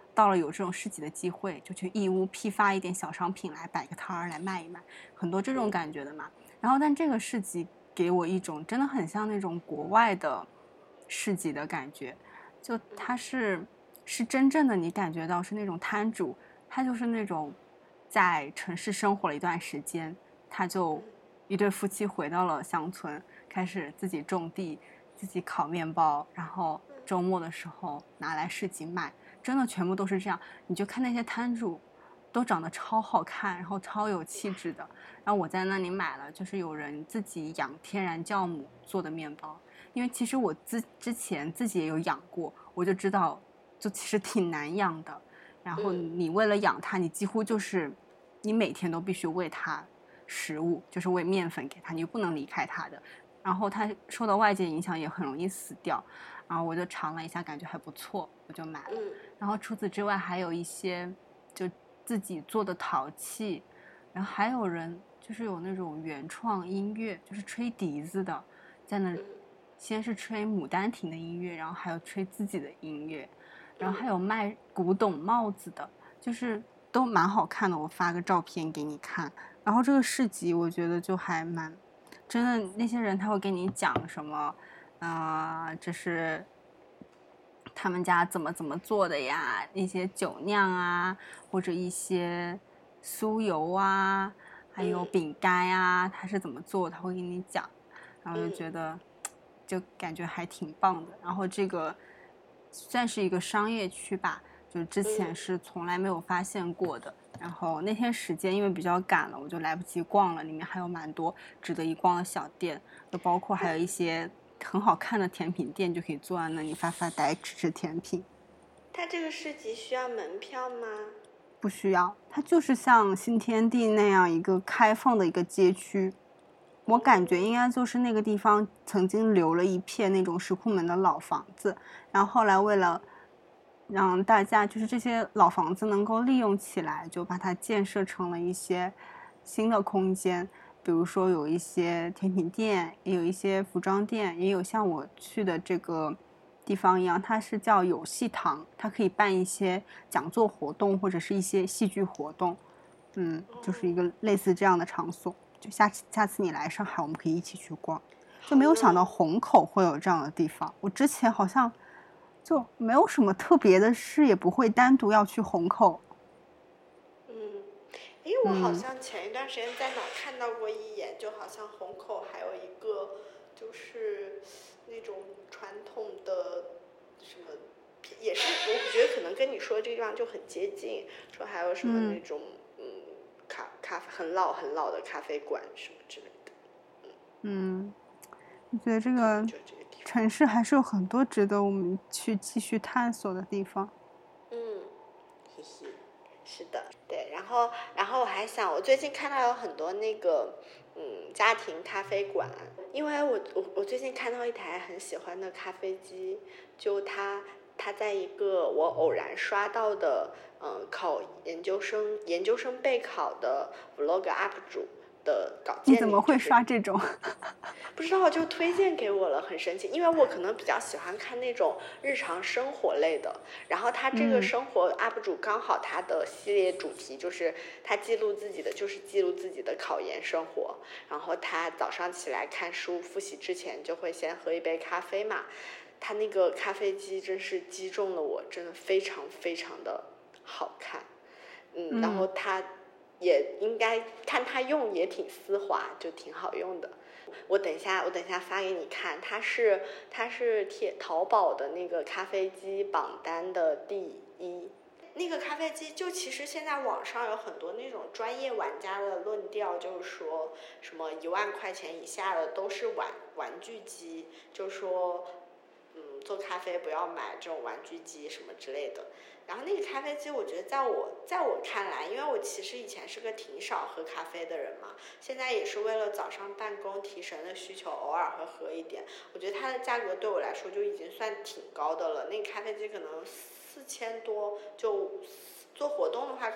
到了有这种市集的机会，就去义乌批发一点小商品来摆个摊儿来卖一卖，很多这种感觉的嘛。然后但这个市集给我一种真的很像那种国外的市集的感觉，就它是是真正的你感觉到是那种摊主，他就是那种在城市生活了一段时间，他就一对夫妻回到了乡村，开始自己种地，自己烤面包，然后周末的时候拿来市集卖，真的全部都是这样。你就看那些摊主都长得超好看，然后超有气质的。然后我在那里买了，就是有人自己养天然酵母做的面包，因为其实我之之前自己也有养过，我就知道，就其实挺难养的。然后你为了养它，你几乎就是你每天都必须喂它食物，就是喂面粉给它，你就不能离开它的。然后它受到外界影响也很容易死掉。然后我就尝了一下，感觉还不错，我就买了。然后除此之外，还有一些就自己做的陶器，然后还有人就是有那种原创音乐，就是吹笛子的，在那先是吹《牡丹亭》的音乐，然后还有吹自己的音乐，然后还有卖古董帽子的，就是都蛮好看的。我发个照片给你看。然后这个市集我觉得就还蛮真的，那些人他会给你讲什么，啊、呃，这是他们家怎么怎么做的呀，一些酒酿啊，或者一些酥油啊，还有饼干啊，他是怎么做，他会给你讲，然后就觉得就感觉还挺棒的。然后这个算是一个商业区吧，就之前是从来没有发现过的。然后那天时间因为比较赶了，我就来不及逛了，里面还有蛮多值得一逛的小店，就包括还有一些很好看的甜品店，就可以坐在那里发发呆吃吃甜品。 它这个市集需要门票吗？ 不需要，它就是像新天地那样一个开放的一个街区。我感觉应该就是那个地方曾经留了一片那种石库门的老房子，然后后来为了让大家就是这些老房子能够利用起来，就把它建设成了一些新的空间。比如说有一些甜品店，也有一些服装店，也有像我去的这个地方一样，它是叫有戏堂，它可以办一些讲座活动或者是一些戏剧活动。嗯，就是一个类似这样的场所。就下次下次你来上海，我们可以一起去逛。就没有想到虹口会有这样的地方，我之前好像就没有什么特别的事，也不会单独要去虹口。 嗯，因为我好像前一段时间在哪看到过一眼，就好像虹口还有一个就是那种传统的什么，也是我觉得可能跟你说的这个地方就很接近，说还有什么那种嗯咖咖啡很老很老的咖啡馆什么之类的。 嗯，我觉得这个城市还是有很多值得我们去继续探索的地方。 嗯，嘿嘿，是的，对。然后，然后我还想，我最近看到有很多那个嗯家庭咖啡馆，因为我我我最近看到一台很喜欢的咖啡机，就它它在一个我偶然刷到的嗯考研究生研究生备考的 vlog U P 主的稿件里。 你怎么会刷这种？ 不知道，就推荐给我了，很神奇。因为我可能比较喜欢看那种日常生活类的，然后他这个生活 U P 主刚好他的系列主题就是他记录自己的，就是记录自己的考研生活。然后他早上起来看书复习之前就会先喝一杯咖啡嘛，他那个咖啡机真是击中了我，真的非常非常的好看。嗯，然后他也应该看他用也挺丝滑，就挺好用的。我等一下，我等一下发给你看，它是它是贴淘宝的那个咖啡机榜单的第一。那个咖啡机就其实现在网上有很多那种专业玩家的论调，就是说什么一万块钱以下的都是玩玩具机，就说嗯做咖啡不要买这种玩具机什么之类的。然后那个咖啡机，我觉得在我在我看来，因为我其实以前是个挺少喝咖啡的人嘛，现在也是为了早上办公提神的需求，偶尔会喝一点。我觉得它的价格对我来说就已经算挺高的了。那个咖啡机可能四千多，就做活动的话可能四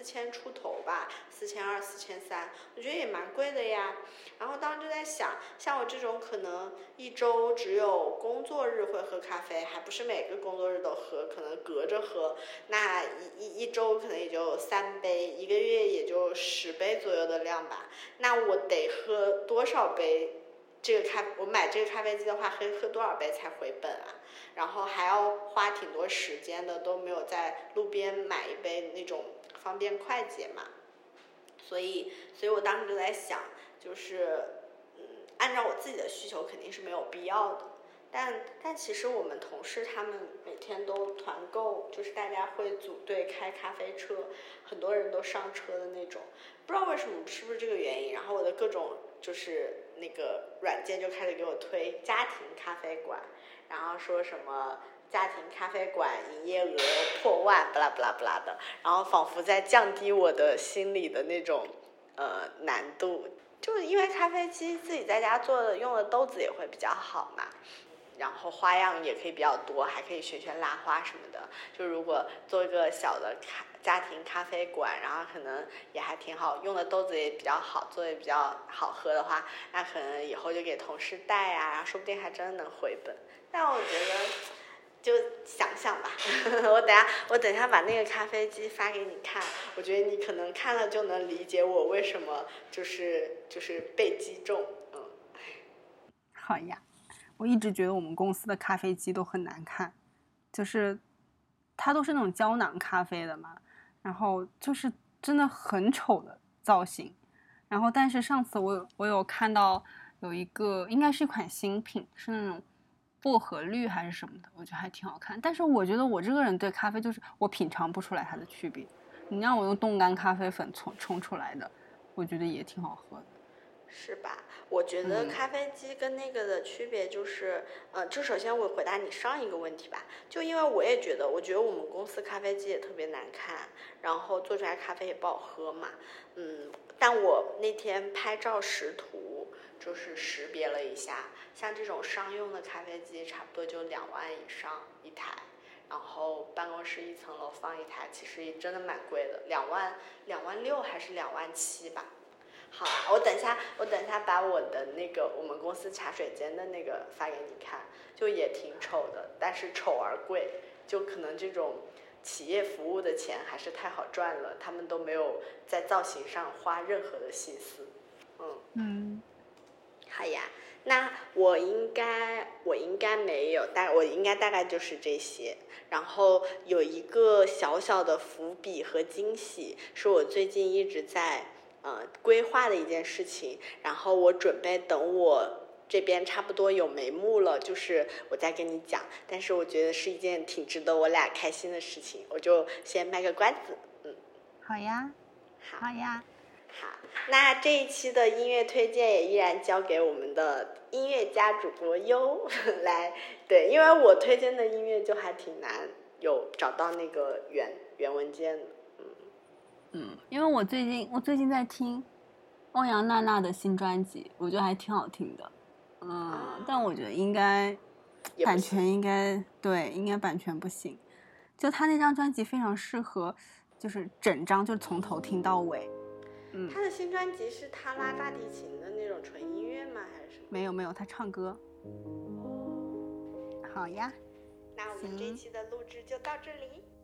千出头吧，四千二、四千三，我觉得也蛮贵的呀。然后当时就在想，像我这种可能一周只有工作日会喝咖啡，还不是每个工作日都喝，可能隔着喝，那一一一周可能也就三杯，一个月也就十杯左右的量吧。那我得喝多少杯？这个咖，我买这个咖啡机的话，可以喝多少杯才回本啊？然后还要花挺多时间的，都没有在路边买一杯那种方便快捷嘛。所以，所以我当时就在想，就是，嗯，按照我自己的需求肯定是没有必要的。但但其实我们同事他们每天都团购，就是大家会组队开咖啡车，很多人都上车的那种。不知道为什么，是不是这个原因？然后我的各种就是那个软件就开始给我推家庭咖啡馆，然后说什么家庭咖啡馆营业额破万，不啦不啦不啦的，然后仿佛在降低我的心里的那种呃难度。就是因为咖啡机自己在家做的，用的豆子也会比较好嘛。然后花样也可以比较多，还可以学学拉花什么的。就如果做一个小的咖家庭咖啡馆，然后可能也还挺好，用的豆子也比较好，做的也比较好喝的话，那可能以后就给同事带啊，然后说不定还真的能回本。但我觉得就想想吧，我等下我等下把那个咖啡机发给你看，我觉得你可能看了就能理解我为什么就是就是被击中。嗯， 好呀。我一直觉得我们公司的咖啡机都很难看，就是它都是那种胶囊咖啡的嘛，然后就是真的很丑的造型。然后但是上次我有我有看到有一个应该是一款新品，是那种薄荷绿还是什么的，我觉得还挺好看。但是我觉得我这个人对咖啡就是我品尝不出来它的区别，你让我用冻干咖啡粉冲冲出来的，我觉得也挺好喝的。 是吧？我觉得咖啡机跟那个的区别就是，嗯、呃，就首先我回答你上一个问题吧，就因为我也觉得，我觉得我们公司咖啡机也特别难看，然后做出来咖啡也不好喝嘛，嗯，但我那天拍照识图，就是识别了一下，像这种商用的咖啡机，差不多就两万以上一台。然后办公室一层楼放一台，其实也真的蛮贵的，两万两万六还是两万七吧。好，我等下我等下把我的那个我们公司茶水间的那个发给你看，就也挺丑的，但是丑而贵，就可能这种企业服务的钱还是太好赚了，他们都没有在造型上花任何的心思。嗯嗯， 好呀，那我应该我应该没有，大我应该大概就是这些。然后有一个小小的伏笔和惊喜，是我最近一直在呃规划的一件事情。然后我准备等我这边差不多有眉目了，就是我再跟你讲。但是我觉得是一件挺值得我俩开心的事情，我就先卖个关子。嗯， 好呀， 好好呀。 好，那这一期的音乐推荐也依然交给我们的音乐家主播优来。对，因为我推荐的音乐就还挺难有找到那个原原文件的。嗯嗯，因为我最近我最近在听欧阳娜娜的新专辑，我觉得还挺好听的。嗯， 啊、 但我觉得应该也不版权应该对，应该版权不行。就他那张专辑非常适合，就是整张就从头听到尾。嗯， 他的新专辑是他拉大提琴的那种纯音乐吗？还是什么？ 没有没有，他唱歌。好呀， 那我们这期的录制就到这里。